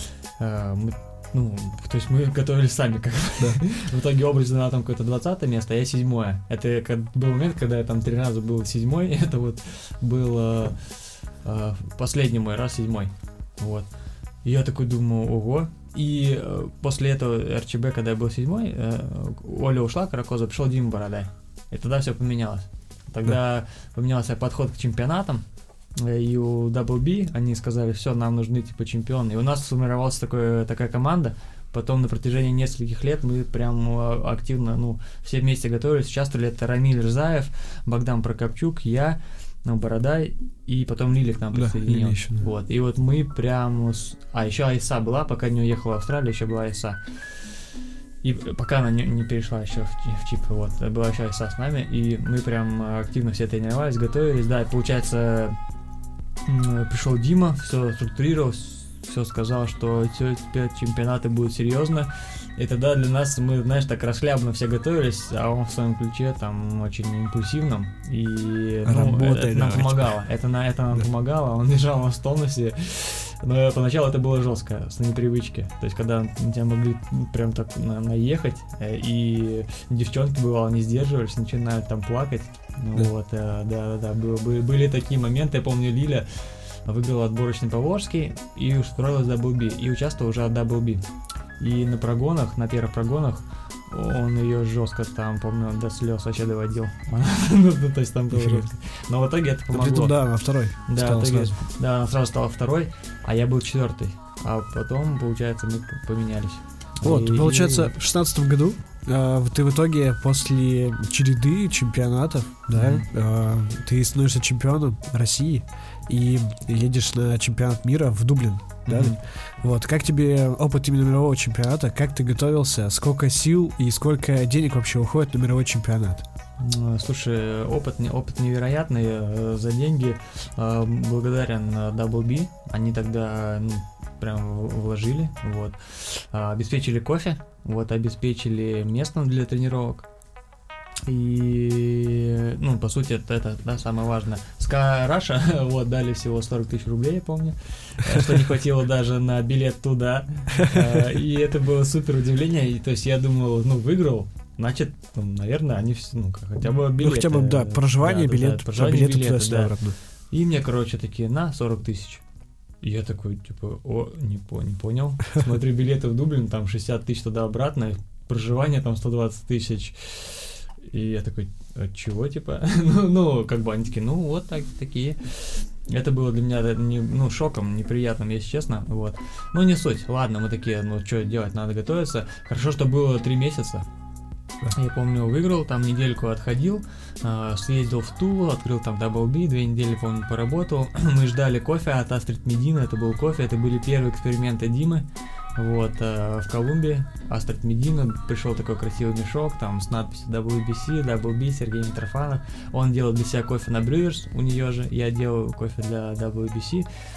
то есть мы готовились сами как бы. В итоге Обруч занял там какое-то 20-е место, а я 7-е. Это был момент, когда я там 3 раза был 7-й. Это вот был последний мой раз 7-й. Вот. И я такой думаю, ого. И после этого РЧБ, когда я был 7-й, Оля ушла, Каракоза, пришел Дима Бородай. И тогда все поменялось. Тогда поменялся подход к чемпионатам. И у WB они сказали, все, нам нужны типа чемпионы. И у нас сформировалась такая команда. Потом на протяжении нескольких лет мы прям активно, все вместе готовились, участвовали. Это Рамиль Рзаев, Богдан Прокопчук, я, Бородай, и потом Лили к нам присоединил. Вот. И вот мы прям... еще Айса была, пока не уехала в Австралию, еще была Айса. И пока она не перешла еще в ЧИП, вот, была еще Айса с нами, и мы прям активно все тренировались, готовились, да, и получается, пришел Дима, все структурировал, все сказал, что теперь чемпионаты будут серьезно. И тогда для нас, мы, знаешь, так расхлябанно все готовились, а он в своем ключе там очень импульсивном. И это нам помогало. Это нам помогало, он держал нас в тонусе. Но поначалу это было жестко, с непривычки. То есть, когда на тебя могли прям так наехать, и девчонки, бывало, не сдерживались, начинали там плакать. Были такие моменты. Я помню, Лиля выиграла отборочный Поволжский и устроилась в WB, и участвовала уже от WB. И на первых прогонах он ее жестко там, помню, до слез вообще доводил. То есть там было жестко. Но в итоге это помогло. Да, на второй. Да, она сразу стала второй, а я был 4-й. А потом, получается, мы поменялись. Вот, получается, в 16-м году ты в итоге после череды чемпионатов, ты становишься чемпионом России и едешь на чемпионат мира в Дублин, да? Вот, как тебе опыт именно мирового чемпионата, как ты готовился, сколько сил и сколько денег вообще уходит на мировой чемпионат? Слушай, опыт невероятный, за деньги благодарен WB, они тогда прям вложили, вот, обеспечили кофе, вот, обеспечили место для тренировок. И, по сути, это самое важное. Sky Russia, вот, дали всего 40 тысяч рублей, я помню, что не хватило даже на билет туда. И это было супер удивление. И, то есть я думал, выиграл, значит, наверное, они хотя бы билеты. Хотя бы, да, проживание, билеты туда да. И мне, такие, на 40 тысяч. И я такой, типа, не понял. Смотрю, билеты в Дублин, там 60 тысяч туда-обратно, проживание там 120 тысяч. И я такой, чего, типа? Они такие, вот такие. Это было для меня шоком, неприятным, если честно, вот. Не суть. Ладно, мы такие, что делать, надо готовиться. Хорошо, что было 3 месяца. Я помню, выиграл, там недельку отходил, съездил в Тулу, открыл там WB, 2 недели, помню, поработал. Мы ждали кофе от Астрид Медина, это был кофе, это были первые эксперименты Димы. Вот, в Колумбии, Астрид Медина, пришел такой красивый мешок, там, с надписью WB, Сергей Митрофанов. Он делал для себя кофе на Brewers, у нее же, я делал кофе для WBC.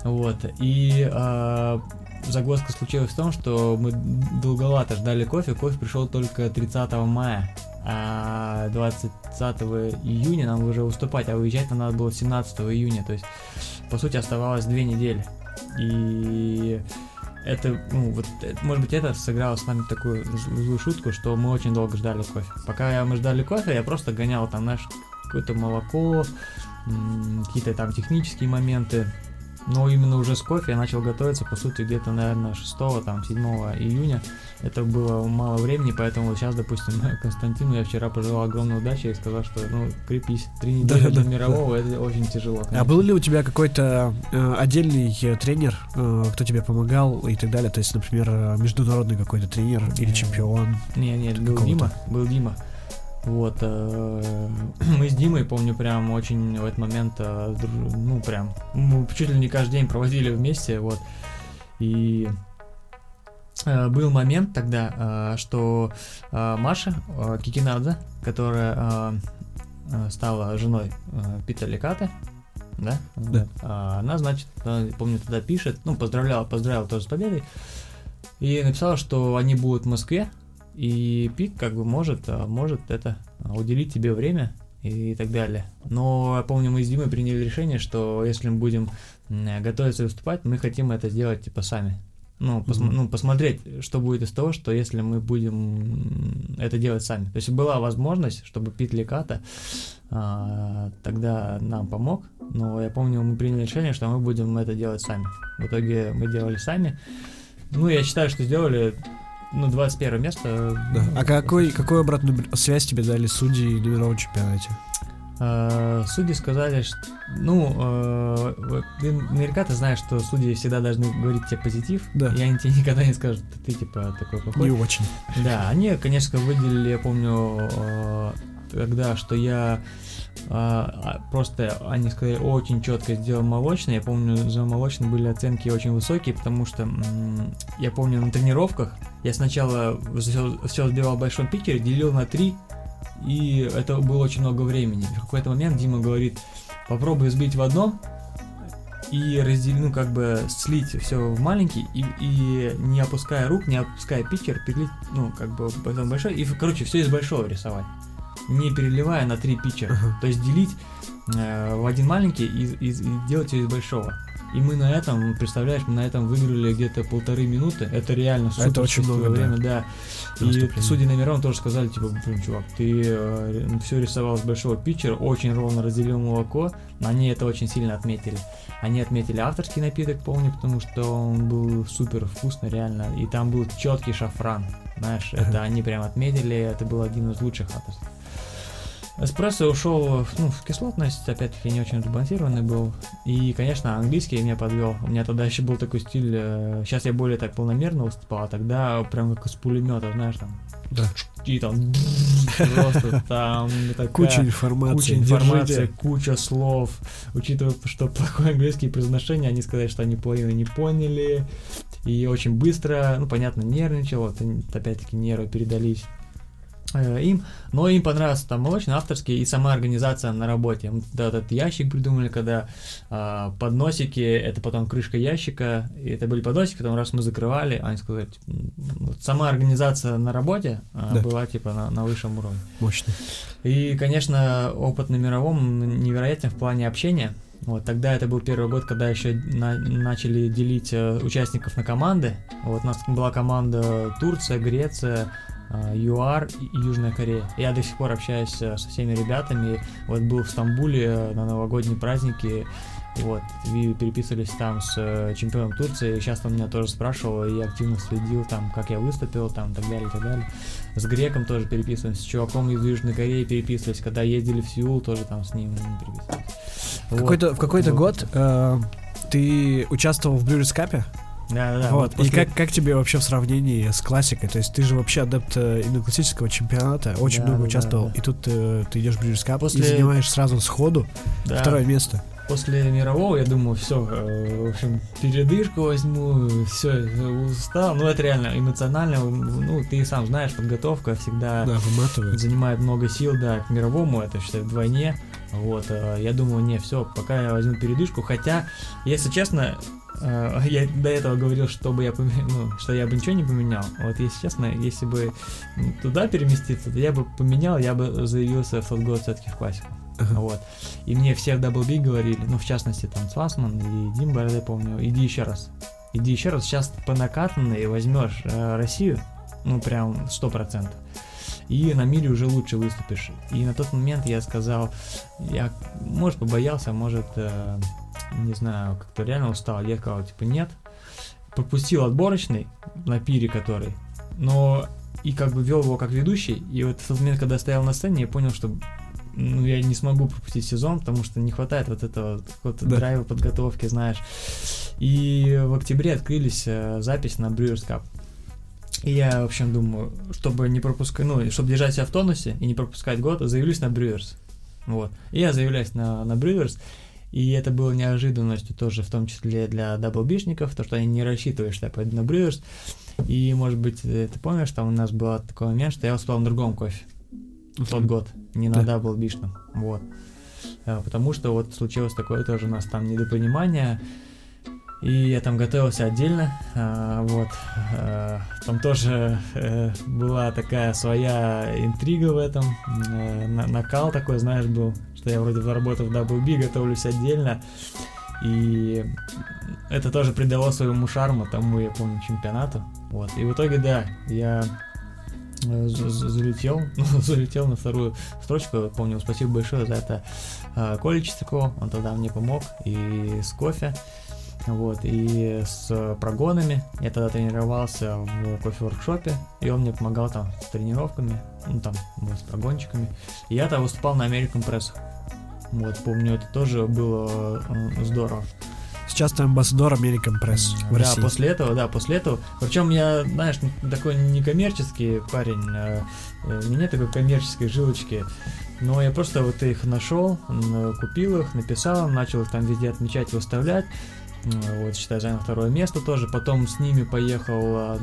Вот, и загвоздка случилась в том, что мы долговато ждали кофе пришел только 30 мая, а 20 июня нам уже выступать, а выезжать нам надо было 17 июня, то есть, по сути, оставалось 2 недели, и это, может быть, это сыграло с нами такую злую шутку, что мы очень долго ждали кофе. Пока мы ждали кофе, я просто гонял там, какое-то молоко, какие-то там технические моменты. Но именно уже с кофе я начал готовиться, по сути, где-то, наверное, 6-7 июня. Это было мало времени, поэтому сейчас, допустим, Константину я вчера пожелал огромной удачи и сказал, что, крепись, 3 недели до мирового, это очень тяжело, конечно. А был ли у тебя какой-то отдельный тренер, кто тебе помогал и так далее? То есть, например, международный какой-то тренер или чемпион? Нет, был Дима. Вот, мы с Димой, помню, прям очень в этот момент, мы чуть ли не каждый день проводили вместе, вот, и был момент тогда, что Маша Кикинадзе, которая стала женой Пита Леката, да? Она, значит, помню, тогда пишет, поздравляла тоже с победой, и написала, что они будут в Москве, и Пит может это уделить тебе время и так далее. Но я помню, мы с Димой приняли решение, что если мы будем готовиться выступать, мы хотим это сделать типа сами. Посмотреть, что будет из того, что если мы будем это делать сами. То есть была возможность, чтобы Пит Леката тогда нам помог, но я помню, мы приняли решение, что мы будем это делать сами. В итоге мы делали сами. Я считаю, что сделали 21 место. Да. А какую обратную связь тебе дали судьи на мировом чемпионате? Судьи сказали, что ты наверняка ты знаешь, что судьи всегда должны говорить тебе позитив, да. И они тебе никогда не скажут, ты типа такой плохой. Не очень. Да, они, конечно, выделили, я помню, тогда, что я просто, они сказали, очень четко сделал молочный. Я помню, за молочный были оценки очень высокие, потому что я помню, на тренировках я сначала все сбивал в большом питчере, делил на 3, и это было очень много времени. В какой-то момент Дима говорит, попробуй сбить в одном и слить все в маленький и не опуская рук, не опуская питчер, перелить, потом большой, и, все из большого рисовать, не переливая на 3 питчера, то есть делить в один маленький и делать все из большого. И мы на этом, представляешь, выиграли где-то 1,5 минуты. Это реально супер. Это очень много время, да. И судьи на мировом тоже сказали, чувак, ты все рисовал с большого питчера, очень ровно разделил молоко. Они это очень сильно отметили. Они отметили авторский напиток, помню, потому что он был супер вкусный, реально. И там был четкий шафран. Знаешь, это они прям отметили, это был один из лучших авторских. Эспрессо ушел в кислотность, опять-таки не очень сбалансированный был. И, конечно, английский меня подвел. У меня тогда еще был такой стиль. Сейчас я более так полномерно выступал, а тогда прям как из пулемета, знаешь, там. Да. И там просто там куча информации, куча слов. Учитывая, что плохой английский произношение, они сказали, что они половину не поняли. И очень быстро, понятно, нервничал. Вот опять-таки нервы передались им, но им понравился там молочный, авторский и сама организация на работе. Мы тогда этот ящик придумали, когда подносики, это потом крышка ящика, и это были подносики, потом раз мы закрывали, они сказали, сама организация на работе была на высшем уровне. Мощно. И, конечно, опыт на мировом невероятен в плане общения. Вот, тогда это был первый год, когда еще начали делить участников на команды. Вот, у нас была команда Турция, Греция, ЮАР и Южная Корея. Я до сих пор общаюсь со всеми ребятами. Вот был в Стамбуле на новогодние праздники. Вот, переписывались там с чемпионом Турции. Сейчас он меня тоже спрашивал, и я активно следил там, как я выступил, там, так далее, и так далее. С греком тоже переписывались, с чуваком из Южной Кореи переписывались. Когда ездили в Сеул, тоже там с ним переписывались. В какой-то год ты участвовал в Brewers Cup? Да. Вот. И как тебе вообще в сравнении с классикой? То есть ты же вообще адепт именно классического чемпионата, очень много участвовал, и тут ты идешь в Brewers Cup и занимаешь сразу сходу 2 место. после мирового я думаю, все, в общем, передышку возьму, все, устал. Ну, это реально эмоционально, ну, ты сам знаешь, подготовка всегда занимает много сил, да, к мировому, это, считай, вдвойне. Вот, я думаю, не, все, пока я возьму передышку, хотя, если честно, я до этого говорил, что я бы ничего не поменял. Вот, если честно, если бы туда переместиться, то я бы поменял, я бы заявился в тот год все-таки в классику. Вот. И мне все в Double B говорили, ну, в частности, там, Свасман и Дим Бородай, помню, иди еще раз, сейчас по накатанной возьмешь Россию, ну, прям 100%. И на мире уже лучше выступишь. И на тот момент я сказал, я, может, побоялся, может, не знаю, как-то реально устал. Я сказал, типа, нет. Пропустил отборочный на пире который, но и как бы вел его как ведущий. И вот в тот момент, когда стоял на сцене, я понял, что я не смогу пропустить сезон, потому что не хватает вот этого какого-то драйва, подготовки, знаешь. И в октябре открылись запись на Brewers Cup. И я, в общем, думаю, чтобы не пропускать, чтобы держать себя в тонусе и не пропускать год, заявлюсь на Brewers. Вот. И я заявляюсь на Brewers, и это было неожиданностью тоже, в том числе для даблбишников, то, что они не рассчитывали, что я пойду на Brewers. И, может быть, ты помнишь, там у нас был такой момент, что я успел на другом кофе в тот год, не на даблбишном. Вот. Потому что вот случилось такое тоже у нас там недопонимание. И я там готовился отдельно, вот, там тоже была такая своя интрига в этом, накал такой, знаешь, был, что я вроде работал в Double B, готовлюсь отдельно, и это тоже придало своему шарму тому, я помню, чемпионату, вот, и в итоге, да, я залетел на вторую строчку, помню, спасибо большое за это Коле Чистякову, он тогда мне помог, и с кофе. Вот, и с прогонами. Я тогда тренировался в кофе-воркшопе, и он мне помогал там с тренировками, ну там, с прогончиками. И я тогда выступал на American Press. Вот, помню, это тоже было здорово. Сейчас ты амбассадор American Press в России. После этого. Причем я, знаешь, такой некоммерческий парень, у меня нет такой коммерческой жилочки. Но я просто вот их нашел, купил их, написал, начал их там везде отмечать, выставлять. Вот, считай, занял второе место тоже. Потом с ними поехал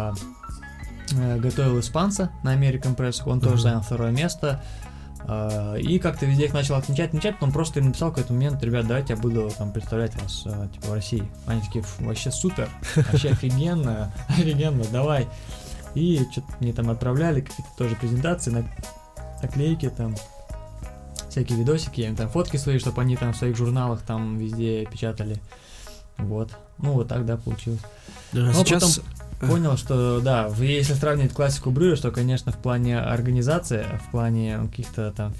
готовил испанца на American Press, он тоже занял второе место. И как-то везде их начал отмечать, потом просто им написал в какой-то момент: ребят, давайте я буду там представлять вас типа в России. Они такие: вообще супер, вообще офигенно, давай. И что-то мне там отправляли, какие-то тоже презентации, наклейки там, всякие видосики, им там фотки свои, чтобы они там в своих журналах там везде печатали. Вот. Ну, вот так, да, получилось. Но сейчас потом понял, что, да, если сравнивать классику Brewers, то, конечно, в плане организации, в плане каких-то там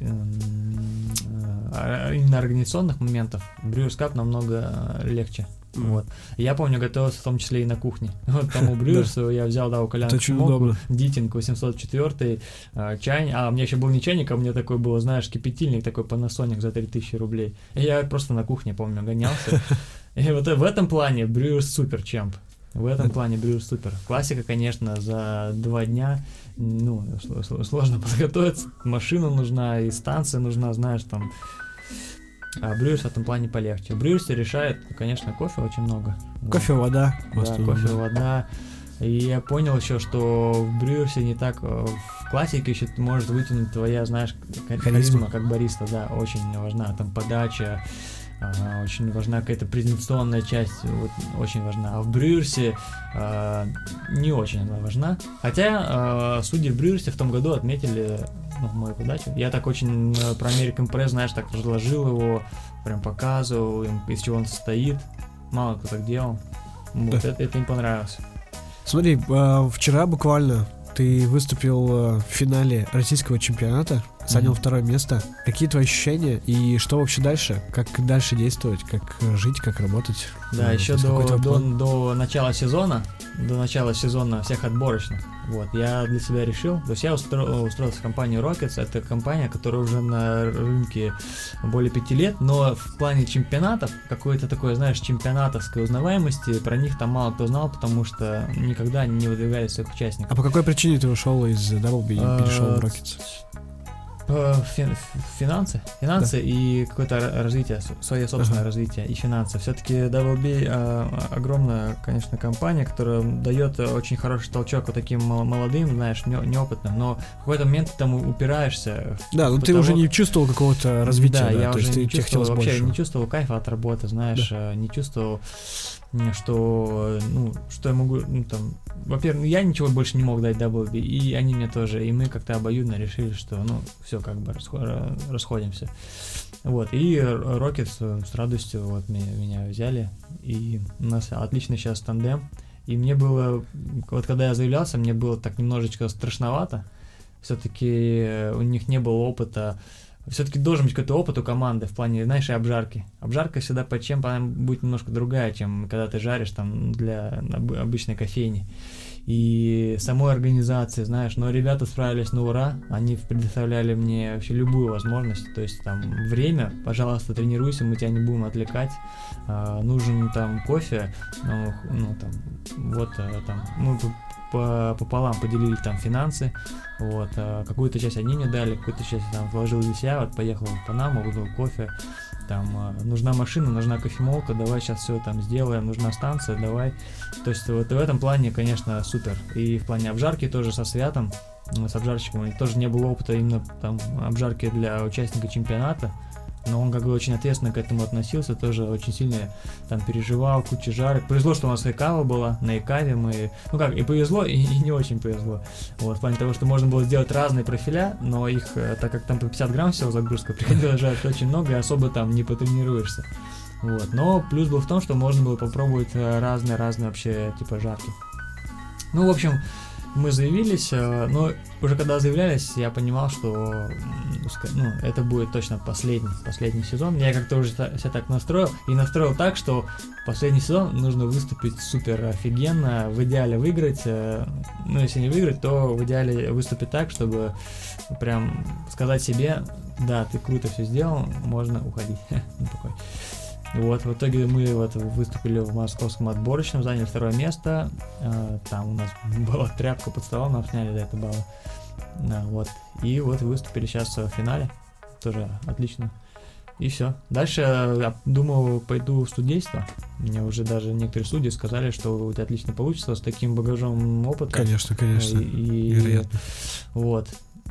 именно организационных моментов Brewers Cup намного легче. Вот. Я помню, готовился в том числе и на кухне. Вот тому Брюерсу я взял, да, у Коляна Шмоку, Дитинг 804 чайник. У меня еще был не чайник, а у меня такой был, знаешь, кипятильник такой Panasonic за 3000 рублей. И я просто на кухне, помню, гонялся. И вот в этом плане Брюерс супер чемп. В этом плане Брюерс супер. Классика, конечно, за 2 дня, сложно подготовиться. Машина нужна, и станция нужна, знаешь, там. А Брюерс в этом плане полегче. В Брюерсе решает, конечно, кофе очень много. Кофе, вода. Да, кофе, вода. И я понял еще, что в Брюерсе не так, в классике еще может вытянуть твоя, знаешь, харизма как бариста, да, очень важна там подача, очень важна какая-то презентационная часть, вот, очень важна. А в Брюерсе не очень она важна. Хотя судьи в Брюерсе в том году отметили мою подачу. Я так очень про American Press, знаешь, так разложил его, прям показывал им, из чего он состоит. Мало кто так делал. Вот, да. Это им понравилось. Смотри, вчера буквально ты выступил в финале российского чемпионата, занял 2 место. Какие твои ощущения и что вообще дальше? Как дальше действовать? Как жить, как работать? Да, еще до начала сезона всех отборочных, вот, я для себя решил, то есть я устроился в компанию Rockets, это компания, которая уже на рынке более 5 лет, но в плане чемпионатов, какой-то такой, знаешь, чемпионатовской узнаваемости, про них там мало кто знал, потому что никогда они не выдвигали своих участников. А по какой причине ты ушел из Double B и перешел в Rockets? Финансы и какое-то развитие, свое собственное развитие и финансы. Все-таки WB огромная, конечно, компания, которая дает очень хороший толчок вот таким молодым, знаешь, неопытным, но в какой-то момент ты там упираешься. Да, ну ты уже не чувствовал какого-то развития, да, я то уже есть не ты чувствовал, хотел вообще большего. не чувствовал кайфа от работы, знаешь, не чувствовал, что я могу, во-первых, я ничего больше не мог дать WB, и они мне тоже, и мы как-то обоюдно решили, что, все, как бы расходимся. Вот, и Rockets с радостью вот меня взяли, и у нас отличный сейчас тандем, и мне было, вот когда я заявлялся, мне было так немножечко страшновато, все-таки у них не было опыта. Все-таки должен быть какой-то опыт у команды в плане, знаешь, и обжарки. Обжарка всегда по чем она будет немножко другая, чем когда ты жаришь там для обычной кофейни. И самой организации, знаешь, но ребята справились на ура, они предоставляли мне вообще любую возможность, то есть там время, пожалуйста, тренируйся, мы тебя не будем отвлекать, нужен там кофе, пополам поделили там финансы, вот, какую-то часть они мне дали, какую-то часть там вложил в себя, вот, поехал в Панаму, выпил кофе, там, нужна машина, нужна кофемолка, давай сейчас все там сделаем, нужна станция, давай, то есть вот в этом плане, конечно, супер, и в плане обжарки тоже со Святом, с обжарщиком, тоже не было опыта именно там обжарки для участника чемпионата, но он как бы очень ответственно к этому относился, тоже очень сильно там переживал, куча жарок. Повезло, что у нас Икава была, на Икаве мы, и повезло, и не очень повезло. Вот, в плане того, что можно было сделать разные профиля, но их, так как там по 50 грамм всего загрузка, приходилось жарить очень много, и особо там не потренируешься. Вот, но плюс был в том, что можно было попробовать разные вообще типа жарки. В общем, мы заявились, но уже когда заявлялись, я понимал, что это будет точно последний сезон. Я как-то уже себя так настроил так, что последний сезон нужно выступить супер офигенно, в идеале выиграть, если не выиграть, то в идеале выступить так, чтобы прям сказать себе, да, ты круто все сделал, можно уходить. Такой. Вот, в итоге мы выступили в московском отборочном, заняли 2 место, там у нас была тряпка под столом, нам сняли за это баллы, вот, и вот выступили сейчас в финале, тоже отлично, и все. Дальше, я думал, пойду в судейство, мне уже даже некоторые судьи сказали, что у тебя отлично получится с таким багажом опыта. Конечно, вероятно. Вот.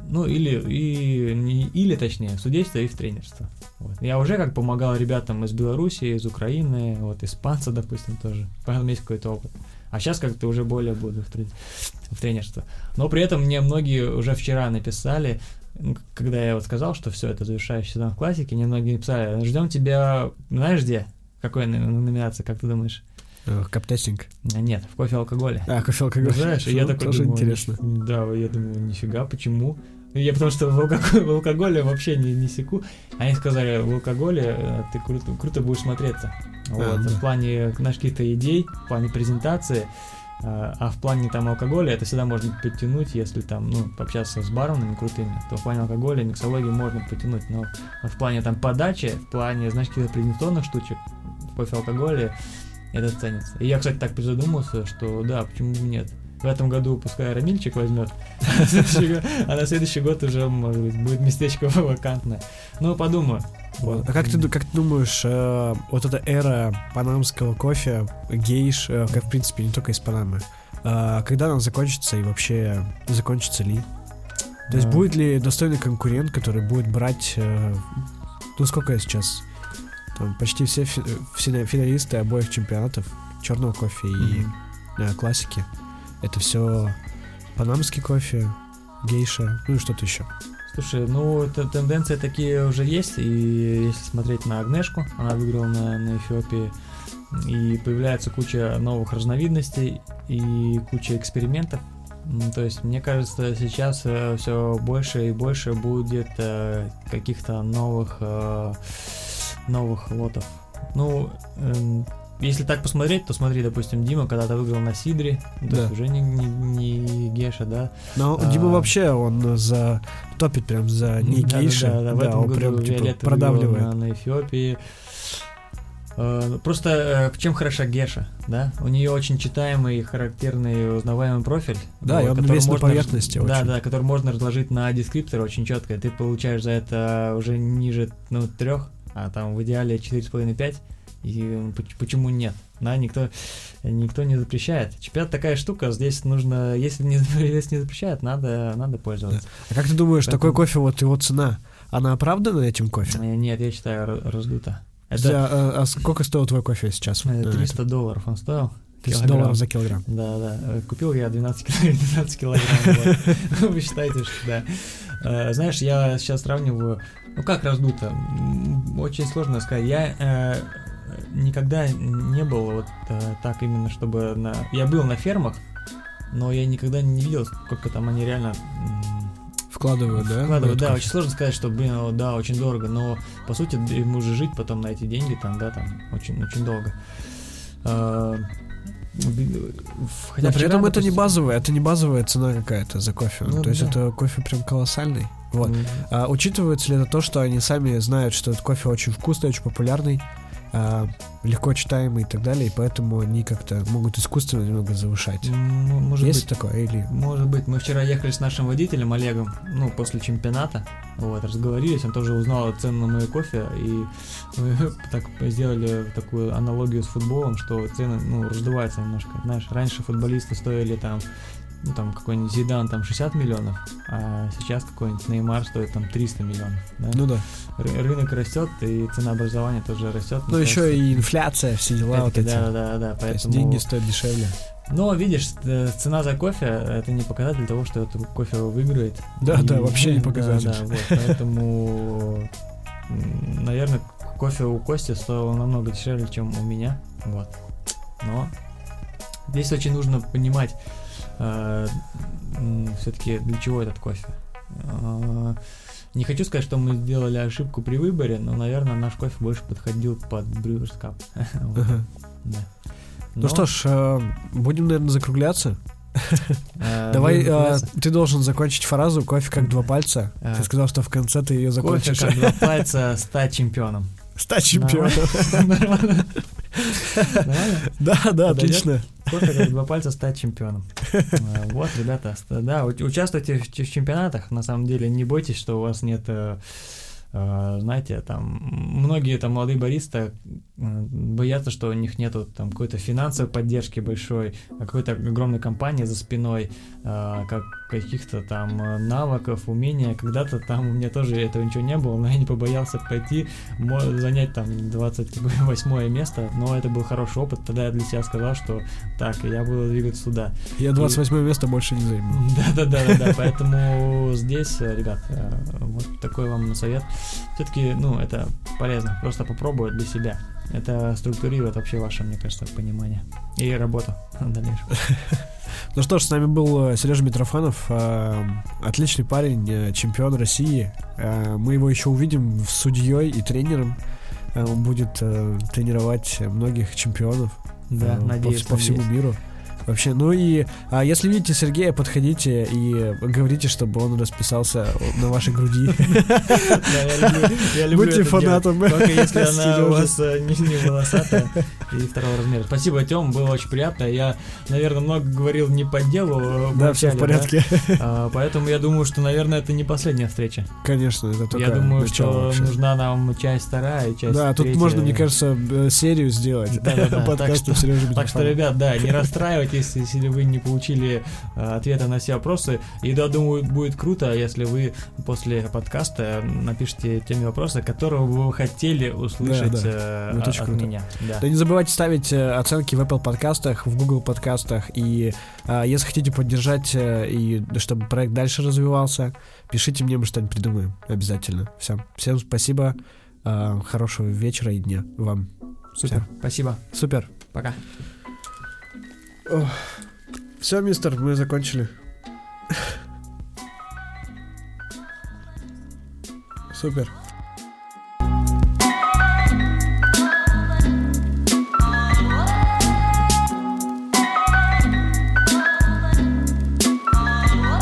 Или точнее, судейство и в тренерство. Вот. Я уже как помогал ребятам из Беларуси, из Украины, вот, испанца, допустим, тоже. Поэтому есть какой-то опыт. А сейчас как-то уже более буду в тренерство. Но при этом мне многие уже вчера написали, когда я сказал, что все, это завершающий сезон в классике, мне многие написали, ждем тебя, знаешь где? Какой номинация, как ты думаешь? Каптестинг. Нет, в кофе-алкоголе. Кофе-алкоголе. Знаешь, я такой тоже думаю, интересно. Да, я думаю, нифига, почему? Я потому что в алкоголе вообще не секу. Они сказали, в алкоголе ты круто будешь смотреться. Вот, в плане каких-то идей, в плане презентации, а в плане там алкоголя это всегда можно подтянуть, если там, пообщаться с барменами крутыми, то в плане алкоголя, миксологии можно подтянуть, но в плане там подачи, в плане, знаешь, каких-то презентационных штучек в кофе-алкоголе это ценится. И я, кстати, так призадумался, что да, почему бы нет. В этом году пускай Рамильчик возьмет, а на следующий год уже, может быть, будет местечко вакантное. Подумаю. Вот. А как ты думаешь, вот эта эра панамского кофе, гейш, в принципе, не только из Панамы, когда она закончится и вообще закончится ли? То есть будет ли достойный конкурент, который будет брать, сколько сейчас? Там почти все финалисты обоих чемпионатов, черного кофе и классики. Это все панамский кофе, гейша, и что-то еще. Слушай, тенденции такие уже есть, и если смотреть на Агнешку, она выиграла на Эфиопии, и появляется куча новых разновидностей и куча экспериментов. То есть, мне кажется, сейчас все больше и больше будет каких-то новых лотов. Если так посмотреть, то смотри, допустим, Дима когда-то выиграл на Сидре, то есть уже не гейша, да. Но Дима вообще, он топит прям за не гейша, в этом году прям, Виолетта продавливает. на Эфиопии. Просто чем хороша Геша, да? У нее очень читаемый, характерный, узнаваемый профиль. Да, и он весь на поверхности очень. Да, который можно разложить на дескриптор очень четко. Ты получаешь за это уже ниже 3, а там в идеале 4,5-5. И почему нет? Да, никто не запрещает. Чемпионат такая штука, здесь нужно, если не запрещают, надо пользоваться. Да. А как ты думаешь, такой кофе, вот его цена, она оправдана этим кофе? Нет, я считаю, раздута. А сколько стоил твой кофе сейчас? $300 он стоил. $300 за килограмм. Да. Купил я 12 килограмм. Вы считаете, что да. Знаешь, я сейчас сравниваю, как раздуто. Очень сложно сказать. Я никогда не был вот так именно, чтобы Я был на фермах, но я никогда не видел, сколько там они реально... Вкладывают, да? Вкладывают, да, очень сложно сказать, что, да, очень дорого, но, по сути, ему же жить потом на эти деньги, там, да, там, очень долго. Хотя при этом это не базовая цена какая-то за кофе, то есть это кофе прям колоссальный. Вот. А учитывается ли это то, что они сами знают, что этот кофе очень вкусный, очень популярный, легко читаемый и так далее, и поэтому они как-то могут искусственно немного завышать. Может Есть быть, такое? Или... Может быть. Мы вчера ехали с нашим водителем Олегом, после чемпионата, разговорились, он тоже узнал цену на мой кофе, и мы так сделали такую аналогию с футболом, что цены, раздуваются немножко. Знаешь, раньше футболисты стоили там какой-нибудь Зидан там 60 миллионов, а сейчас какой-нибудь Неймар стоит там 300 миллионов. Да? Ну да. Рынок растет, и ценообразование тоже растет. Ну еще и инфляция, все дела вот эти. Да, поэтому... деньги стоят дешевле. Но, видишь, цена за кофе — это не показатель того, что этот кофе выиграет. Да, вообще не показатель. Да, поэтому, наверное, кофе у Кости стоил намного дешевле, чем у меня. Но здесь очень нужно понимать, все-таки для чего этот кофе. Не хочу сказать, что мы сделали ошибку при выборе, но, наверное, наш кофе больше подходил под Brewers Cup. Ну что ж, будем, наверное, закругляться. Давай, ты должен закончить фразу «кофе как 2 пальца». Ты сказал, что в конце ты ее закончишь. Кофе как 2 пальца, стать чемпионом. Стать чемпионом. Нормально? Да, отлично. Кофе как 2 пальца, стать чемпионом. Вот, ребята, да, участвуйте в чемпионатах, на самом деле, не бойтесь, что у вас нет... Знаете, там многие там молодые баристы боятся, что у них нету там какой-то финансовой поддержки большой, какой-то огромной компании за спиной, каких-то там навыков, умения. Когда-то там у меня тоже этого ничего не было, но я не побоялся пойти, занять там 28 место, но это был хороший опыт. Тогда я для себя сказал, что так, я буду двигаться туда. Я 28 место больше не займу. Да, поэтому здесь, ребят, вот такой вам совет. Все-таки, это полезно, просто попробовать для себя. Это структурирует вообще ваше, мне кажется, понимание и работу в дальнейшем. Ну что ж, с нами был Сережа Митрофанов, отличный парень, чемпион России. Мы его еще увидим судьей и тренером. Он будет тренировать многих чемпионов, да, по всему миру. Вообще, если видите Сергея, подходите и говорите, чтобы он расписался на вашей груди. Я люблю Будьте фанатом. Только если она у вас не волосатая и 2 размера. Спасибо, Тём, было очень приятно. Я, наверное, много говорил не по делу. Да, все в порядке. Поэтому я думаю, что, наверное, это не последняя встреча. Конечно, это только Я думаю, что нужна нам часть 2 и часть 3. Да, тут можно, мне кажется, серию сделать. Подкастов Сережи Митрофанова. Так что, ребят, не расстраивайтесь, если вы не получили ответа на все вопросы. И я думаю, будет круто, если вы после подкаста напишите теми вопросы, которые вы хотели услышать от меня. Да, не забывайте ставить оценки в Apple подкастах, в Google подкастах. И если хотите поддержать, и чтобы проект дальше развивался, пишите мне, мы что-нибудь придумаем. Обязательно. Всем спасибо. Хорошего вечера и дня вам. Супер. Всем. Спасибо. Супер. Пока. Все, мистер, мы закончили. Супер.